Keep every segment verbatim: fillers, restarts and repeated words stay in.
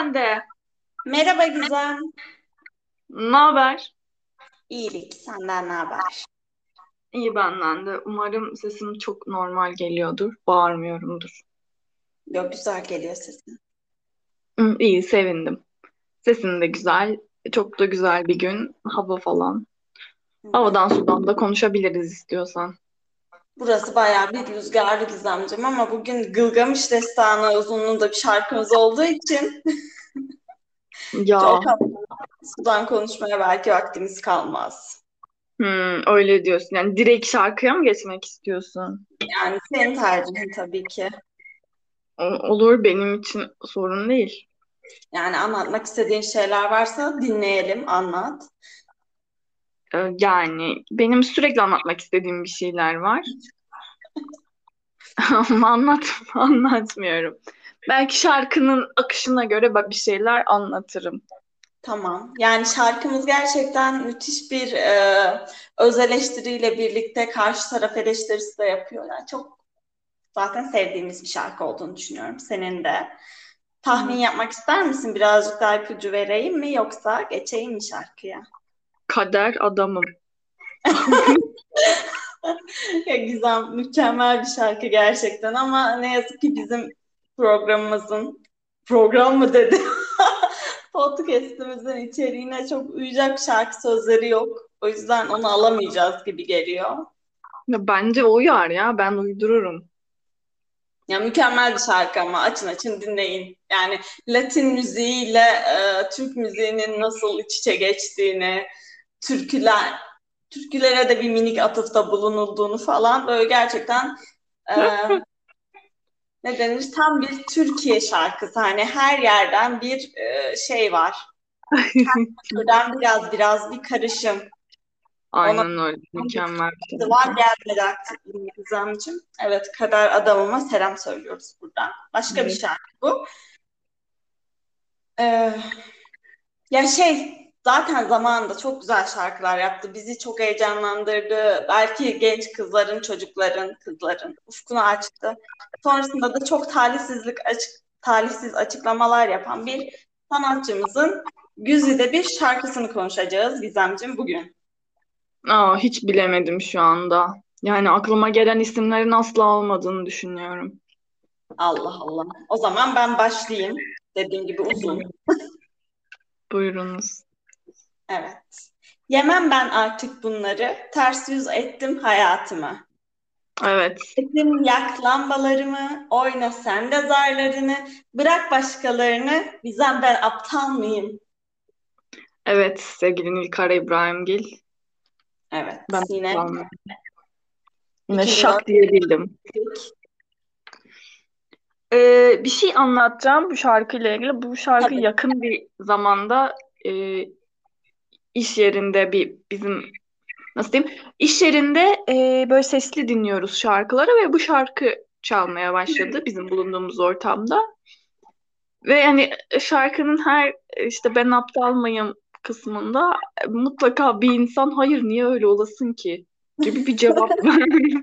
Hande. Merhaba Gizem. Ne haber? İyilik. Senden ne haber? İyi benden de. Umarım sesim çok normal geliyordur. Bağırmıyorumdur. Yok, güzel geliyor sesin. Hı, İyi, sevindim. Sesin de güzel. Çok da güzel bir gün. Hava falan. Evet. Havadan sudan da konuşabiliriz istiyorsan. Burası bayağı bir rüzgarlı Gizemciğim ama bugün Gılgamış Destanı uzunluğunda bir şarkımız olduğu için çok Ya, sudan konuşmaya belki vaktimiz kalmaz. hmm, öyle diyorsun. Yani direkt şarkıya mı geçmek istiyorsun? Yani senin tercihin tabii ki. O- olur, benim için sorun değil. Yani anlatmak istediğin şeyler varsa dinleyelim, anlat. Ee, Yani benim sürekli anlatmak istediğim bir şeyler var. Ama anlat, anlatmıyorum. Belki şarkının akışına göre bak bir şeyler anlatırım. Tamam. Yani şarkımız gerçekten müthiş bir e, öz eleştiriyle birlikte karşı taraf eleştirisi de yapıyor. Yani çok zaten sevdiğimiz bir şarkı olduğunu düşünüyorum. Senin de. Tahmin Evet. yapmak ister misin? Birazcık daha ipucu vereyim mi yoksa geçeyim mi şarkıya? Kader adamım. Ya Gizem, mükemmel bir şarkı gerçekten ama ne yazık ki bizim programımızın program mı dedi? Podcast'imizin içeriğine çok uyacak şarkı sözleri yok. O yüzden onu alamayacağız gibi geliyor. Ya bence uyar ya, ben uydururum. Ya mükemmel bir şarkı ama açın açın dinleyin. Yani Latin müziğiyle e, Türk müziğinin nasıl iç içe geçtiğini, türküler, türkülere de bir minik atıfta bulunulduğunu falan böyle gerçekten e, ne denir? Tam bir Türkiye şarkısı. Hani her yerden bir e, şey var. Türden biraz biraz bir karışım. Ona Aynen öyle. Mükemmel bir var şarkı. gelmedi aktif Gizemciğim. Evet, Kader Adamıma selam söylüyoruz buradan. Başka bir Evet. şarkı bu. Ee, Ya şey zaten zamanında çok güzel şarkılar yaptı. Bizi çok heyecanlandırdı. Belki genç kızların, çocukların, kızların ufkunu açtı. Sonrasında da çok talihsizlik açık, talihsiz açıklamalar yapan bir sanatçımızın güzide bir şarkısını konuşacağız Gizemciğim bugün. Aa, hiç bilemedim şu anda. Yani aklıma gelen isimlerin asla olmadığını düşünüyorum. Allah Allah. O zaman ben başlayayım. Dediğim gibi uzun. Buyurunuz. Evet. Yemem ben artık bunları. Ters yüz ettim hayatımı. Evet. Edim yak lambalarımı, oyna sen de zarlarını, bırak başkalarını, bizden ben aptal mıyım? Evet, sevgili Nilkara İbrahimgil. Ben Evet, yine tamam. Yine şak iki bin dört diyebildim. Ee, bir şey anlatacağım bu şarkıyla ilgili. Bu şarkı tabii. yakın bir zamanda e, iş yerinde bir bizim nasıl diyeyim? İş yerinde e, böyle sesli dinliyoruz şarkıları ve bu şarkı çalmaya başladı bizim bulunduğumuz ortamda. Ve yani şarkının her işte ben aptal mıyım kısmında e, mutlaka bir insan hayır niye öyle olasın ki gibi bir cevap verdi.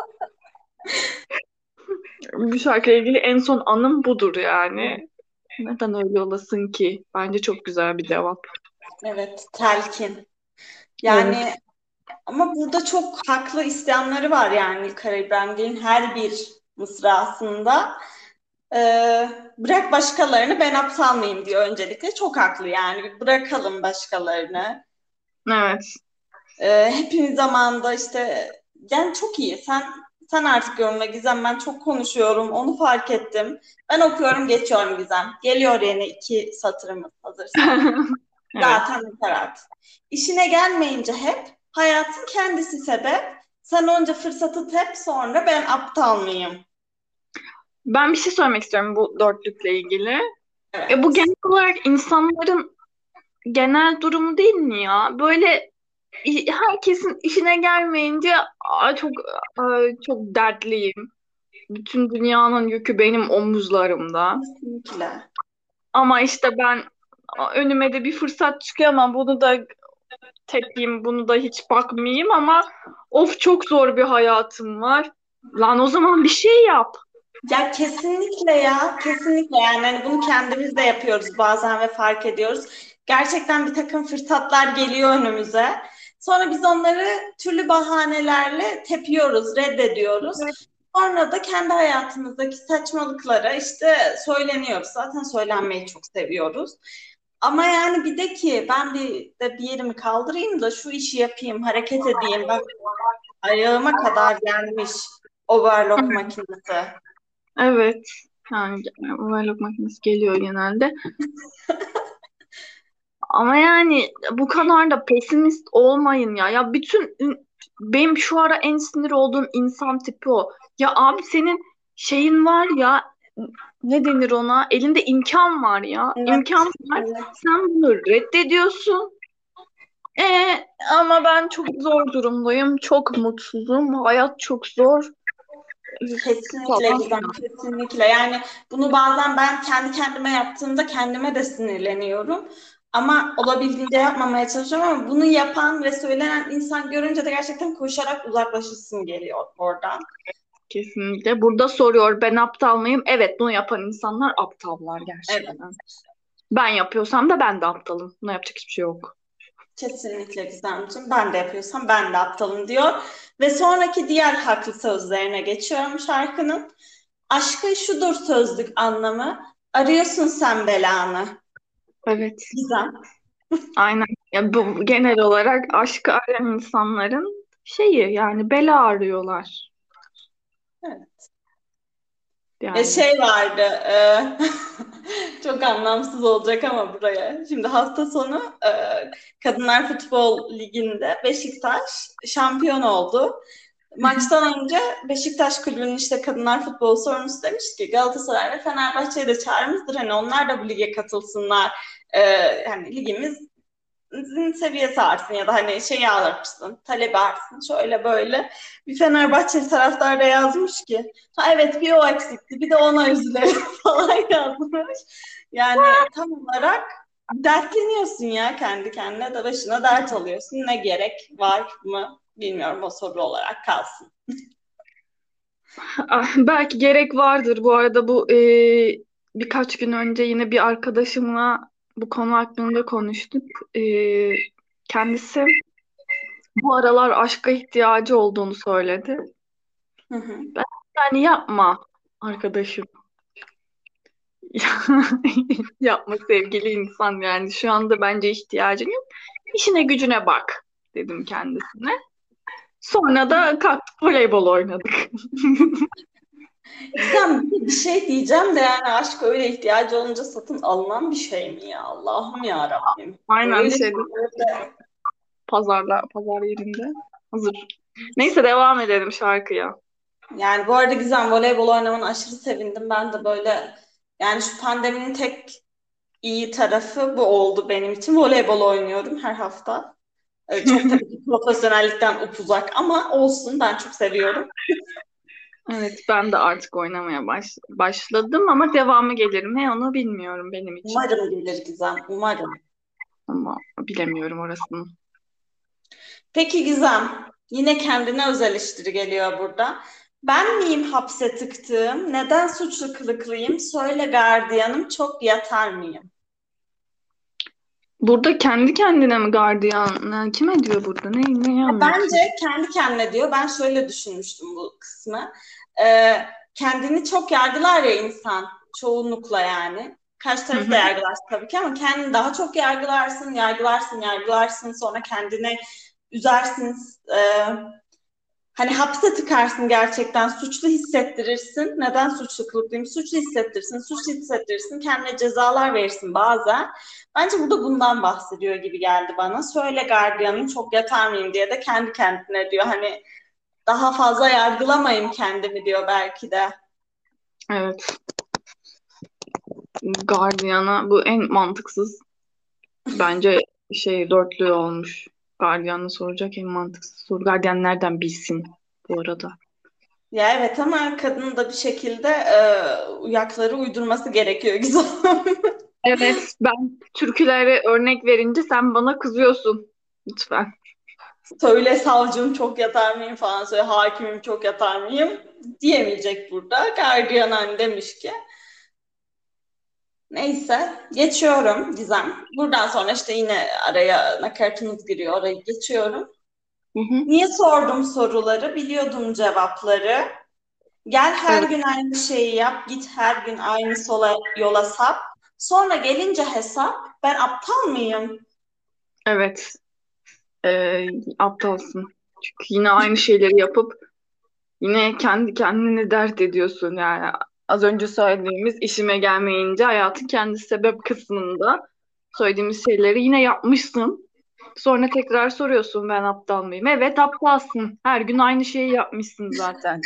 Bu şarkıyla ilgili en son anım budur yani. Neden öyle olasın ki? Bence çok güzel bir cevap. Evet, telkin. Evet. Yani ama burada çok haklı isyanları var yani Karabem'in her bir mısrasında. Ee, bırak başkalarını ben aptal mıyım diyor öncelikle. Çok haklı yani. Bir bırakalım başkalarını. Evet. Ee, hepimiz zamanında işte yani çok iyi. Sen sen artık yorumla Gizem. Ben çok konuşuyorum. Onu fark ettim. Ben okuyorum geçiyorum Gizem. Geliyor yeni iki satırımız hazırsan. Evet. Zaten yeter artık. İşine gelmeyince hep hayatın kendisi sebep. Sen önce fırsatı tep sonra ben aptal mıyım? Ben bir şey söylemek istiyorum bu dörtlükle ilgili. E bu Evet. genel olarak insanların genel durumu değil mi ya? Böyle i- herkesin işine gelmeyince "Aa, çok aa, çok dertliyim. Bütün dünyanın yükü benim omuzlarımda. Kesinlikle. Ama işte ben önüme de bir fırsat çıkıyor ama bunu da tepeyim, bunu da hiç bakmayayım ama of çok zor bir hayatım var. Lan o zaman bir şey yap. Ya kesinlikle ya, kesinlikle yani hani bunu kendimiz de yapıyoruz bazen ve fark ediyoruz. Gerçekten bir takım fırsatlar geliyor önümüze. Sonra biz onları türlü bahanelerle tepiyoruz, reddediyoruz. Evet. Sonra da kendi hayatımızdaki saçmalıklara işte söyleniyoruz. Zaten söylenmeyi çok seviyoruz. Ama yani bir de ki ben bir de bir yerimi kaldırayım da şu işi yapayım, hareket edeyim. Bak ayağıma kadar gelmiş overlock makinesi. Evet. Yani overlock makinesi geliyor genelde. Ama yani bu kadar da pesimist olmayın ya. Ya bütün benim şu ara en sinir olduğum insan tipi o. Ya abi senin şeyin var ya, ne denir ona? Elinde imkan var ya. İmkan Evet, var. evet. Sen bunu reddediyorsun. E ama ben çok zor durumdayım. Çok mutsuzum. Hayat çok zor Kesinlikle falan Gizem, filan. kesinlikle. Yani bunu bazen ben kendi kendime yaptığımda kendime de sinirleniyorum. Ama olabildiğince yapmamaya çalışıyorum ama bunu yapan ve söylenen insan görünce de gerçekten koşarak uzaklaşasım geliyor oradan. Kesinlikle. Burada soruyor, ben aptal mıyım? Evet, bunu yapan insanlar aptallar Evet, gerçekten. Ben yapıyorsam da ben de aptalım. Buna yapacak hiçbir şey yok. kesinlikle Gizemciğim. Ben de yapıyorsam ben de aptalım diyor. Ve sonraki diğer haklı sözlerine geçiyorum şarkının. Aşkın şudur sözlük anlamı. Arıyorsun sen belanı. Evet. Gizem. Aynen. Ya bu genel olarak aşkı arayan insanların şeyi, yani bela arıyorlar. Evet. Ya Yani. şey vardı, e, çok anlamsız olacak ama buraya. Şimdi hafta sonu e, Kadınlar Futbol Ligi'nde Beşiktaş şampiyon oldu. Maçtan önce Beşiktaş Kulübü'nün işte kadınlar futbol sorumlusu demiş ki Galatasaray ve Fenerbahçe'yi de çağırmıştır. Hani onlar da bu lige katılsınlar. E, hani ligimiz seviyesi artsın ya da hani şeyi alırsın, talebi artsın, şöyle böyle. Bir Fenerbahçeli taraftar da yazmış ki, ha evet bir o eksikti, bir de ona üzülerim falan yazmış. Yani tam olarak dertleniyorsun ya kendi kendine de başına dert alıyorsun. Ne gerek var mı bilmiyorum, o soru olarak kalsın. Ah, belki gerek vardır. Bu arada bu e, birkaç gün önce yine bir arkadaşımla bu konu hakkında konuştuk. E, kendisi bu aralar aşka ihtiyacı olduğunu söyledi. Hı hı. Ben, yani yapma arkadaşım. Yapma sevgili insan, yani şu anda bence ihtiyacın yok. İşine gücüne bak dedim kendisine. Sonra da kalktık voleybol oynadık. Gizem bir bir şey diyeceğim de yani aşk öyle ihtiyacı olunca satın alınan bir şey mi ya? Allah'ım ya Rabbim. Aynen Öyle şeyde, öyle. pazarla pazar yerinde. Hazır. Neyse, devam edelim şarkıya. Yani bu arada Gizem voleybol oynamana aşırı sevindim. Ben de böyle yani şu pandeminin tek iyi tarafı bu oldu benim için. Voleybol oynuyorum her hafta. Ee, çok tabii ki profesyonellikten upuzak ama olsun, ben çok seviyorum. Evet, ben de artık oynamaya baş, başladım ama devamı gelir mi onu bilmiyorum benim için. Umarım gelir Gizem, umarım. Ama bilemiyorum orasını. Peki Gizem, yine kendine öz eleştiri geliyor burada. Ben miyim hapse tıktığım? Neden suçlu kılıklıyım? Söyle gardiyanım, çok yatar mıyım? Burada kendi kendine mi gardiyan? Kim ediyor burada? Ne, neyi Bence anlatıyor? kendi kendine diyor. Ben şöyle düşünmüştüm bu kısmı. Ee, kendini çok yargılar ya insan. Çoğunlukla yani. Karşı Hı tarafı da hı. yargılarsın tabii ki ama kendini daha çok yargılarsın, yargılarsın, yargılarsın. Sonra kendini üzersin. Ee, hani hapse tıkarsın gerçekten. Suçlu hissettirirsin. Neden suçlu kılıklıyım? Suçlu hissettirirsin, suçlu hissettirirsin. Kendine cezalar verirsin bazen. Bence burada bundan bahsediyor gibi geldi bana. Söyle gardiyanım, çok yatar mıyım diye de kendi kendine diyor. Hani daha fazla yargılamayayım kendimi diyor belki de. Evet. Gardiyana bu en mantıksız bence şey dörtlü olmuş. Gardiyanı soracak en mantıksız soru. Gardiyan nereden bilsin bu arada? Ya evet ama kadının da bir şekilde e, uyakları uydurması gerekiyor güzel. Evet, ben türkülere örnek verince sen bana kızıyorsun. Lütfen. söyle savcım çok yatar mıyım falan, söyle hakimim çok yatar mıyım diyemeyecek burada. Gardiyan hani demiş ki. Neyse geçiyorum Gizem. Buradan sonra işte yine araya nakaratımız giriyor. Orayı geçiyorum. Hı hı. Niye sordum soruları? Biliyordum cevapları. Gel her Evet, gün aynı şeyi yap. Git her gün aynı sola, yola sap. Sonra gelince hesap. Ben aptal mıyım? evet. Ee, aptalsın. Çünkü yine aynı şeyleri yapıp yine kendi kendine dert ediyorsun yani. Az önce söylediğimiz işime gelmeyince hayatın kendi sebep kısmında söylediğimiz şeyleri yine yapmışsın. Sonra tekrar soruyorsun ben aptal mıyım? Evet aptalsın. Her gün aynı şeyi yapmışsın zaten.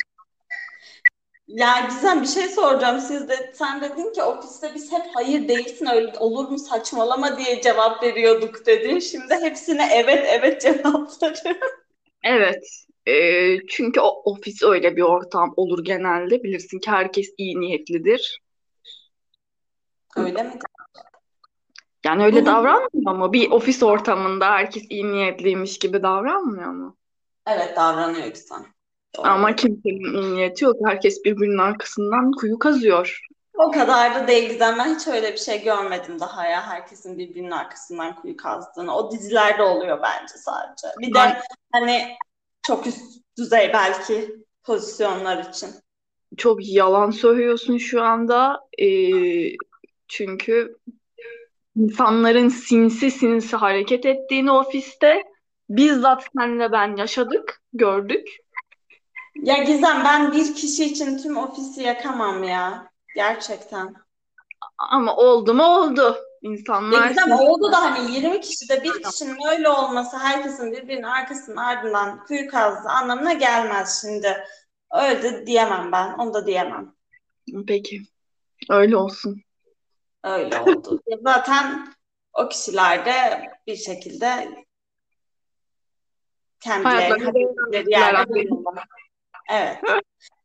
Ya Gizem bir şey soracağım. Siz de, sen dedin ki ofiste biz hep hayır değilsin öyle olur mu saçmalama diye cevap veriyorduk dedin. Şimdi hepsine evet evet cevapları. Evet. Ee, çünkü o ofis öyle bir ortam olur genelde. Bilirsin ki herkes iyi niyetlidir. Öyle mi? Yani öyle Bunu davranmıyor ama bir ofis ortamında herkes iyi niyetliymiş gibi davranmıyor mu? evet davranıyor Gizem. Ama Doğru. kimsenin iyi niyeti yok. Herkes birbirinin arkasından kuyu kazıyor. O kadar da değil Gizem. Ben hiç öyle bir şey görmedim daha ya. Herkesin birbirinin arkasından kuyu kazdığını. O dizilerde oluyor bence sadece. Bir Ben de hani çok üst düzey belki pozisyonlar için. çok yalan söylüyorsun şu anda. Ee, çünkü insanların sinsi sinsi hareket ettiğini ofiste bizzat senle ben yaşadık, gördük. Ya Gizem ben bir kişi için tüm ofisi yakamam ya. Gerçekten. Ama oldu mu oldu. Ya İnsanlar Gizem sinsi. oldu da hani yirmi kişide bir kişinin öyle olması herkesin birbirinin arkasının ardından kuyu kazdığı anlamına gelmez şimdi. Öyle de diyemem ben. Onu da diyemem. Peki, öyle olsun. Öyle oldu. Ya zaten o kişiler de bir şekilde kendilerini hak Hayatlarını ettikleri beğenmediler yerde abi. buluyorlar. Evet.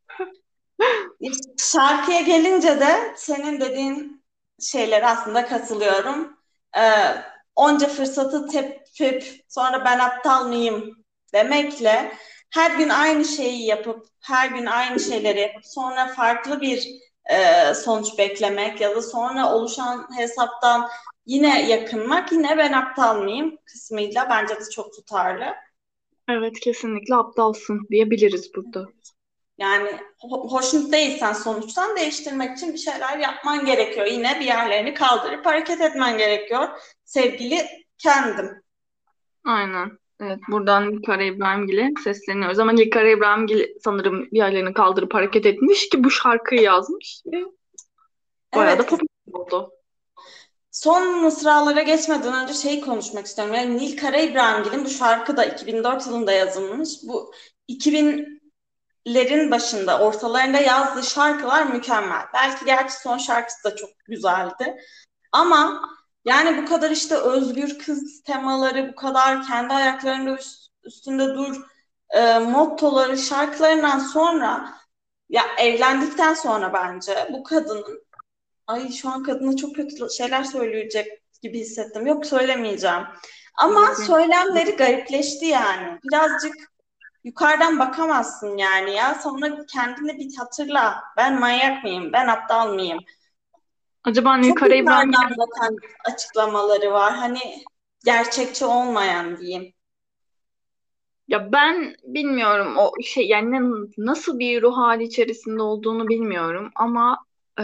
Şarkıya gelince de senin dediğin şeylere aslında katılıyorum. Ee, onca fırsatı tepip sonra ben aptal mıyım demekle her gün aynı şeyi yapıp her gün aynı şeyleri yapıp sonra farklı bir e, sonuç beklemek ya da sonra oluşan hesaptan yine yakınmak yine ben aptal mıyım kısmıyla bence de çok tutarlı. Evet, kesinlikle aptalsın diyebiliriz burada. Yani ho- hoşnut değilsen sonuçtan değiştirmek için bir şeyler yapman gerekiyor. Yine bir yerlerini kaldırıp hareket etmen gerekiyor. Sevgili kendim. Aynen. Evet, buradan Nilkara İbrahimgil'e sesleniyoruz. Ama Nilkara İbrahimgil sanırım bir yerlerini kaldırıp hareket etmiş ki bu şarkıyı yazmış ve bayağı da Evet kız. popüler oldu. Son mısralara geçmeden önce şey konuşmak istiyorum. Yani Nil Kara İbrahimgil'in bu şarkı da iki bin dört yılında yazılmış. Bu iki binlerin başında, ortalarında yazdığı şarkılar mükemmel. Belki gerçi son şarkısı da çok güzeldi. Ama yani bu kadar işte özgür kız temaları, bu kadar kendi ayaklarında üst- üstünde dur e, mottoları şarkılarından sonra ya evlendikten sonra bence bu kadının ay şu an kadına çok kötü şeyler söyleyecek gibi hissettim. Yok söylemeyeceğim. Ama söylemleri garipleşti yani. Birazcık yukarıdan bakamazsın yani ya. Sonra kendini bir hatırla. Ben manyak mıyım? Ben aptal mıyım? Acaba Çok Nilkara İbrahimgil yukarıdan bakan açıklamaları var. Hani gerçekçi olmayan diyeyim. ya ben bilmiyorum o şey yani ne- nasıl bir ruh hali içerisinde olduğunu bilmiyorum ama e,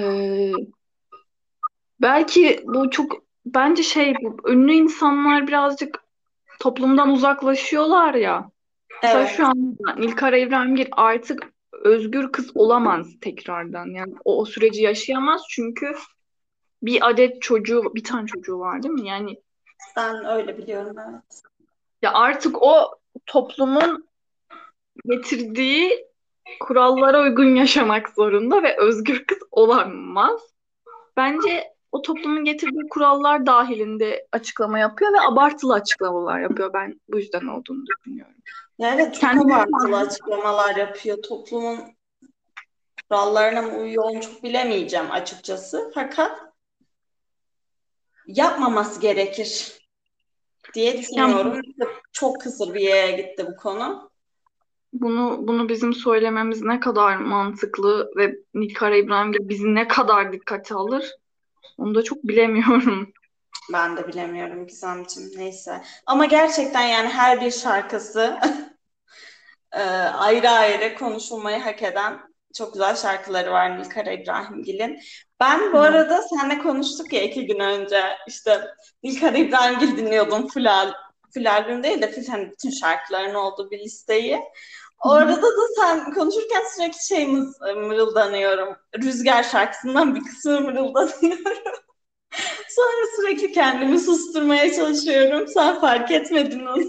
belki bu çok bence şey bu ünlü insanlar birazcık toplumdan uzaklaşıyorlar ya. Mesela şu Evet. an Nilkara İbrahimgil artık özgür kız olamaz tekrardan. Yani o, o süreci yaşayamaz çünkü bir adet çocuğu, bir tane çocuğu var değil mi? Yani Ben öyle biliyorum evet. ya artık o toplumun getirdiği kurallara uygun yaşamak zorunda ve özgür kız olamaz. Bence o toplumun getirdiği kurallar dahilinde açıklama yapıyor ve abartılı açıklamalar yapıyor. Ben bu yüzden olduğunu düşünüyorum. Ya evet çok Kendini abartılı açıklamalar yapıyor. Toplumun kurallarına mı uyuyor onu çok bilemeyeceğim açıkçası. Fakat yapmaması gerekir. diye Yani düşünüyorum. Çok kısır bir yere gitti bu konu. bunu bunu bizim söylememiz ne kadar mantıklı ve Nilkara İbrahimgil bizi ne kadar dikkate alır, onu da çok bilemiyorum. Ben de bilemiyorum Gizemciğim. Neyse. Ama gerçekten yani her bir şarkısı e, ayrı ayrı konuşulmayı hak eden çok güzel şarkıları var Nilkara İbrahimgil'in. Ben bu Evet. arada seninle konuştuk ya iki gün önce işte Nilkara İbrahimgil dinliyordum full, al full albüm değil de full hani bütün şarkıların olduğu bir listeyi. Hı hı. Orada da sen konuşurken sürekli şey mız- mırıldanıyorum. Rüzgar şarkısından bir kısmı mırıldanıyorum. Sonra sürekli kendimi susturmaya çalışıyorum. Sen fark etmedin onu.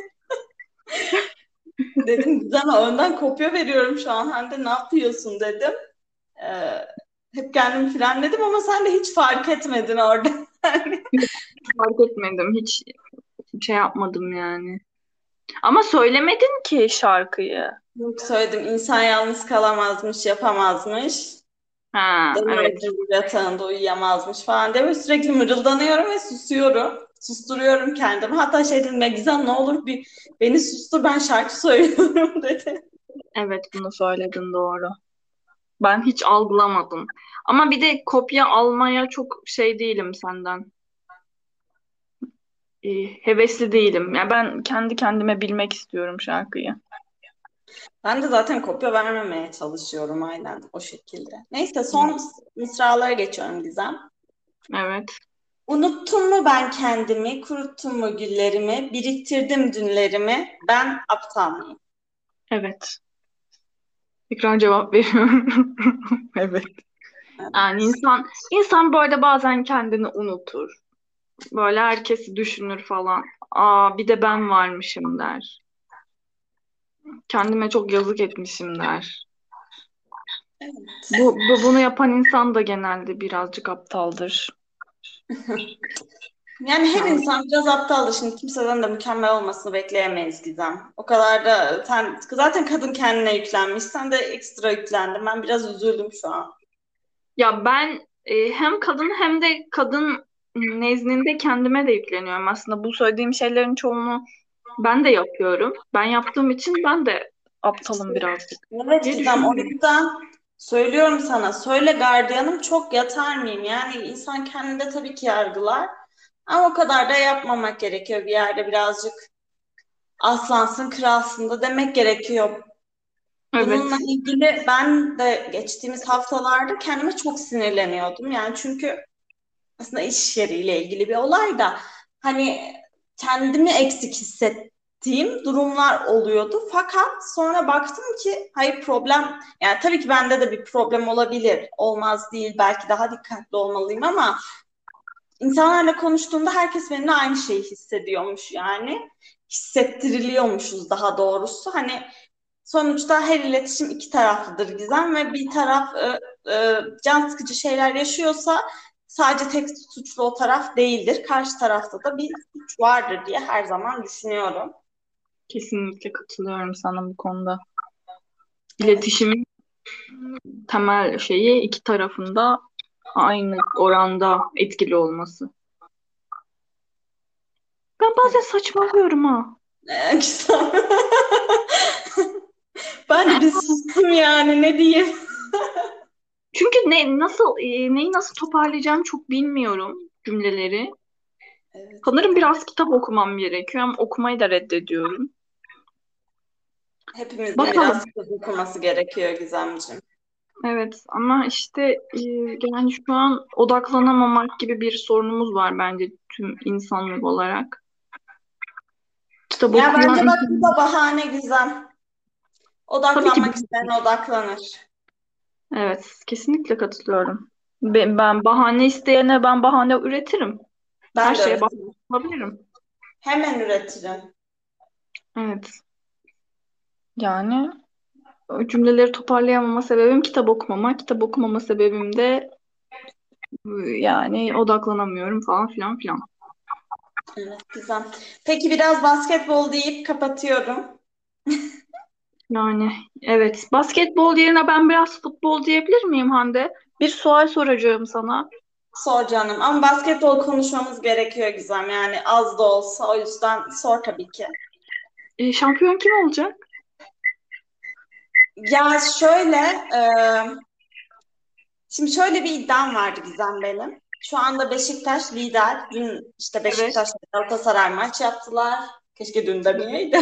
Dedim Gizem'e önden kopya veriyorum şu an. Hande ne yapıyorsun dedim. Ee, hep kendimi frenledim ama sen de hiç fark etmedin orada. Yok, fark etmedim. Hiç şey yapmadım yani. Ama söylemedin ki şarkıyı. Yok söyledim insan yalnız kalamazmış, yapamazmış. Ha, evet. Demezdim yatağında uyuyamazmış falan diye. Böyle sürekli mırıldanıyorum ve susuyorum. Susturuyorum kendimi. Hatta şey dedim ya Gizem ne olur bir beni sustur ben şarkı söylüyorum dedi. Evet, bunu söyledin, doğru. Ben hiç algılamadım. Ama bir de kopya almaya çok şey değilim senden. Ee, hevesli değilim. Yani ben kendi kendime bilmek istiyorum şarkıyı. Ben de zaten kopya vermemeye çalışıyorum aynen o şekilde. Neyse Evet. son mısralara geçiyorum Gizem. Evet. Unuttum mu ben kendimi, kuruttum mu güllerimi, biriktirdim dünlerimi, ben aptal mıyım? Evet. Tekrar cevap veriyorum. Evet. Yani Evet. insan insan bu arada bazen kendini unutur. Böyle herkesi düşünür falan. Aa, bir de ben varmışım der. Kendime çok yazık etmişim der. Bu, bu bunu yapan insan da genelde birazcık aptaldır. Yani her Yani insan biraz aptaldır. Şimdi kimseden de mükemmel olmasını bekleyemeyiz Gizem. O kadar da sen zaten kadın kendine yüklenmiş. Sen de ekstra yüklendin. Ben biraz üzüldüm şu an. ya ben e, hem kadın hem de kadın nezdinde kendime de yükleniyorum. Aslında bu söylediğim şeylerin çoğunu ben de yapıyorum. Ben yaptığım için ben de aptalım birazcık Evet diye Gizem o düşünüyorum. yüzden söylüyorum sana. Söyle gardiyanım çok yatar mıyım? Yani insan kendinde tabii ki yargılar. Ama o kadar da yapmamak gerekiyor bir yerde birazcık aslansın, kralsın da demek gerekiyor. Bununla Evet. ilgili ben de geçtiğimiz haftalarda kendime çok sinirleniyordum. Yani çünkü aslında iş yeriyle ilgili bir olay da hani kendimi eksik hissettiğim durumlar oluyordu. Fakat sonra baktım ki hayır problem yani tabii ki bende de bir problem olabilir. Olmaz değil belki daha dikkatli olmalıyım ama insanlarla konuştuğumda herkes benimle aynı şeyi hissediyormuş yani. Hissettiriliyormuşuz daha doğrusu. Hani sonuçta her iletişim iki taraflıdır Gizem ve bir taraf e, e, can sıkıcı şeyler yaşıyorsa sadece tek suçlu o taraf değildir. Karşı tarafta da bir suç vardır diye her zaman düşünüyorum. Kesinlikle katılıyorum sana bu konuda. Evet. İletişimin temel şeyi iki tarafında aynı oranda etkili olması. Ben bazen Evet. saçmalıyorum ha. Ee, Gizem. Ben de bir sustum yani ne diyeyim. Çünkü ne nasıl e, neyi nasıl toparlayacağımı çok bilmiyorum cümleleri. Evet Sanırım Gizem. biraz kitap okumam gerekiyor ama okumayı da reddediyorum. Hepimizin Bakalım. biraz kitap okuması gerekiyor Gizemciğim. Evet ama işte e, yani şu an odaklanamamak gibi bir sorunumuz var bence tüm insanlık olarak. Kitap Ya okuyan bence bak bu insan da bahane Gizem. tabii ki Odaklanmak isteyen odaklanır. evet, kesinlikle katılıyorum. Ben, ben bahane isteyene ben bahane üretirim. Her Ben de şeye bahane öğretirim. bulabilirim. Hemen üretirim. Evet. Yani o cümleleri toparlayamama sebebim kitap okumama. Kitap okumama sebebim de e, yani odaklanamıyorum falan filan filan. Evet, güzel. Peki biraz basketbol deyip kapatıyorum. Yani evet. Basketbol yerine ben biraz futbol diyebilir miyim Hande? Bir sual soracağım sana. Sor canım. Ama basketbol konuşmamız gerekiyor Gizem. Yani az da olsa. O yüzden sor tabii ki. E, şampiyon kim olacak? Ya şöyle, e, şimdi şöyle bir iddiam vardı Gizem benim. Şu anda Beşiktaş lider. Dün işte Evet. Beşiktaş Galatasaray maç yaptılar. Keşke dün demeyeydi.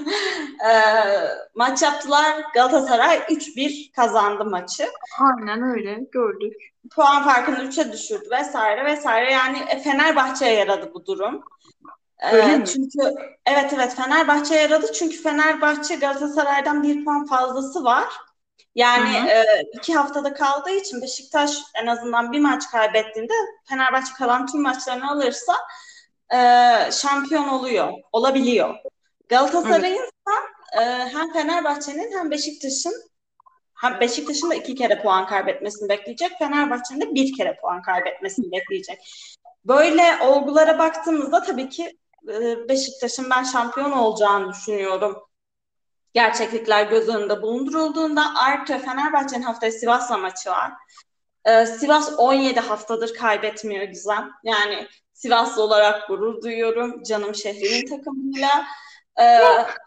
E, maç yaptılar. Galatasaray üç bir kazandı maçı. Aynen öyle gördük. Puan farkını üçe düşürdü vesaire vesaire. Yani e, Fenerbahçe'ye yaradı bu durum. Öyle Ee, mi? çünkü evet evet Fenerbahçe'ye yaradı. Çünkü Fenerbahçe Galatasaray'dan bir puan fazlası var. Hı Yani hı. e, iki haftada kaldığı için Beşiktaş en azından bir maç kaybettiğinde Fenerbahçe kalan tüm maçlarını alırsa e, şampiyon oluyor. Olabiliyor. Evet. Galatasaray'ın e, hem Fenerbahçe'nin hem Beşiktaş'ın hem Beşiktaş'ın da iki kere puan kaybetmesini bekleyecek. Fenerbahçe'nin de bir kere puan kaybetmesini bekleyecek. Böyle olgulara baktığımızda tabii ki e, Beşiktaş'ın ben şampiyon olacağını düşünüyorum. Gerçeklikler göz önünde bulundurulduğunda artı Fenerbahçe'nin haftaya Sivas'la maçı var. Ee, Sivas on yedi haftadır kaybetmiyor Gizem. Yani Sivaslı olarak gurur duyuyorum. Canım şehrimin takımıyla. Ee,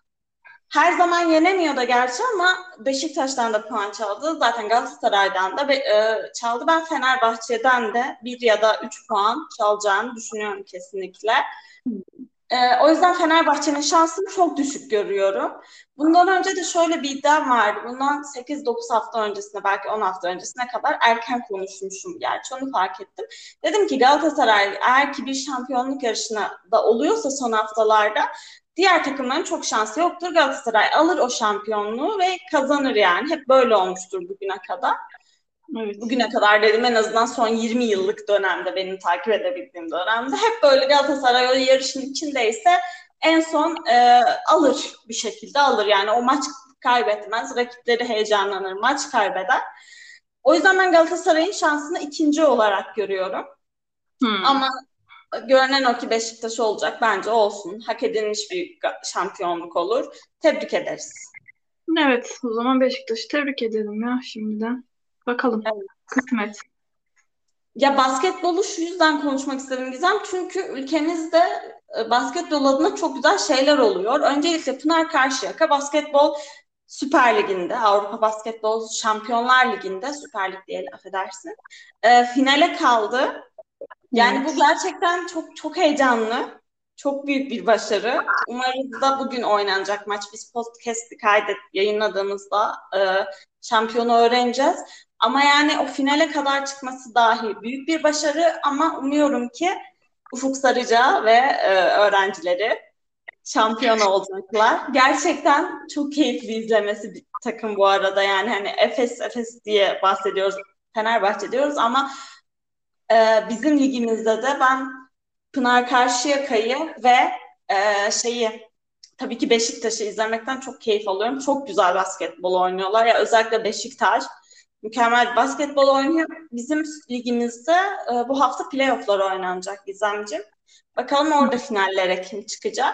her zaman yenemiyor da gerçi ama Beşiktaş'tan da puan çaldı. Zaten Galatasaray'dan da e, çaldı. Ben Fenerbahçe'den de bir ya da üç puan çalacağını düşünüyorum kesinlikle. E, o yüzden Fenerbahçe'nin şansını çok düşük görüyorum. Bundan önce de şöyle bir iddiam vardı. Bundan sekiz dokuz hafta öncesine, belki on hafta öncesine kadar erken konuşmuşum. Gerçi onu fark ettim. Dedim ki Galatasaray eğer ki bir şampiyonluk yarışına da oluyorsa son haftalarda diğer takımların çok şansı yoktur. Galatasaray alır o şampiyonluğu ve kazanır yani. Hep böyle olmuştur bugüne kadar. Evet. Bugüne kadar dedim, en azından son yirmi yıllık dönemde, benim takip edebildiğim dönemde hep böyle Galatasaray o yarışın içindeyse en son e, alır, bir şekilde alır. Yani o maç kaybetmez, rakipleri heyecanlanır, maç kaybeder. O yüzden ben Galatasaray'ın şansını ikinci olarak görüyorum. Hmm. Ama görünen o ki Beşiktaş olacak. Bence olsun. Hak edilmiş bir şampiyonluk olur. Tebrik ederiz. Evet, o zaman Beşiktaş'ı tebrik edelim ya şimdiden. Bakalım. Evet. Kısmet. Ya basketbolu şu yüzden konuşmak istedim Gizem. Çünkü ülkemizde e, basketbol adına çok güzel şeyler oluyor. Öncelikle Pınar Karşıyaka Basketbol Süper Ligi'nde, Avrupa Basketbol Şampiyonlar Ligi'nde, Süper Lig değil affedersin, e, finale kaldı. Yani bu Evet. gerçekten çok çok heyecanlı. Çok büyük bir başarı. Umarız da bugün oynanacak maç. Biz podcast'i kaydet yayınladığımızda e, şampiyonu öğreneceğiz. Ama yani o finale kadar çıkması dahi büyük bir başarı. Ama umuyorum ki Ufuk Sarıca ve e, öğrencileri şampiyon olacaklar. Gerçekten çok keyifli izlemesi bir takım bu arada. Yani hani Efes Efes diye bahsediyoruz, Fenerbahçe diyoruz ama ee, bizim ligimizde de ben Pınar Karşıyaka'yı ve e, şeyi tabii ki Beşiktaş'ı izlemekten çok keyif alıyorum. Çok güzel basketbol oynuyorlar. Ya özellikle Beşiktaş mükemmel bir basketbol oynuyor. Bizim ligimizde e, bu hafta playoff'lar oynanacak Gizemciğim. Bakalım orada finallere kim çıkacak.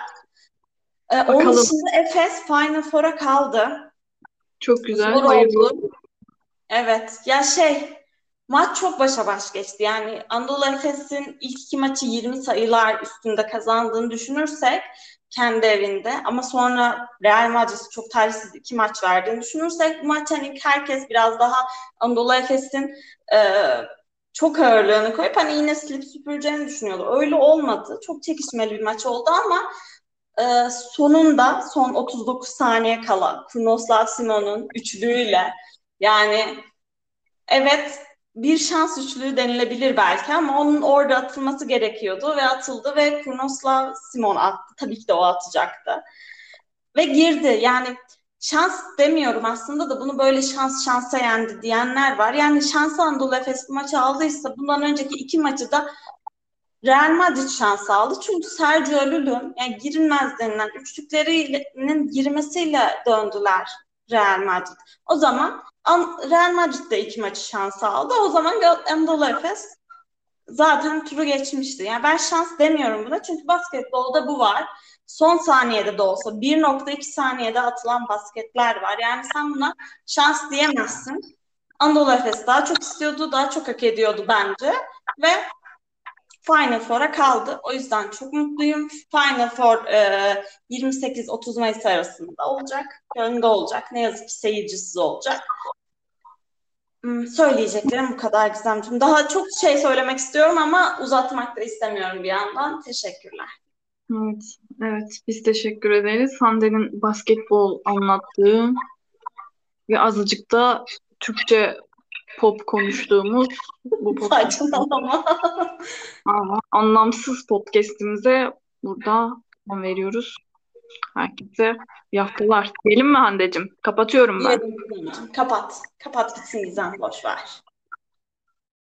E, onun Bakalım. dışında Efes Final Four'a kaldı. Çok güzel. Zor Hayırlı oldu. olsun. Evet. Ya şey, maç çok başa baş geçti. Yani Anadolu Efes'in ilk iki maçı yirmi sayılar üstünde kazandığını düşünürsek kendi evinde, ama sonra Real Madrid'e çok talihsiz iki maç verdiğini düşünürsek bu maç hani herkes biraz daha Anadolu Efes'in e, çok ağırlığını koyup hani yine silip süpüreceğini düşünüyordu. Öyle olmadı. Çok çekişmeli bir maç oldu ama e, sonunda son otuz dokuz saniye kala Krunoslav Simon'un üçlüğüyle, yani evet, bir şans üçlüğü denilebilir belki ama onun orada atılması gerekiyordu ve atıldı ve Krunoslav Simon attı. Tabii ki de o atacaktı. Ve girdi. Yani şans demiyorum aslında da, bunu böyle şans şansa yendi diyenler var. Yani şansı Anadolu Efes bu maçı aldıysa bundan önceki iki maçı da Real Madrid şans aldı. Çünkü Sergio Llull'un yani girilmez denilen üçlüklerinin girmesiyle döndüler Real Madrid. O zaman Real Madrid de iki maçı şans aldı. O zaman Anadolu Efes zaten turu geçmişti. Yani ben şans demiyorum buna. Çünkü basketbolda bu var. Son saniyede de olsa bir nokta iki saniyede atılan basketler var. Yani sen buna şans diyemezsin. Anadolu Efes daha çok istiyordu, daha çok hak ediyordu bence. ve Final Four'a kaldı. O yüzden çok mutluyum. Final Four e, yirmi sekiz otuz Mayıs arasında olacak. Köln'de olacak. Ne yazık ki seyircisiz olacak. Hmm, söyleyeceklerim bu kadar Gizemciğim. Daha çok şey söylemek istiyorum ama uzatmak da istemiyorum bir yandan. Teşekkürler. Evet, evet biz teşekkür ederiz. Hande'nin basketbol anlattığı ve azıcık da Türkçe pop konuştuğumuz bu podcast Saçmalama. ama anlamsız podcast'imize burada son veriyoruz. Herkese iyi haftalar. Diyelim mi Hande'cim? Kapatıyorum ben. Diyelim Gizemciğim. Kapat. Kapat gitsin Gizem. Boş ver.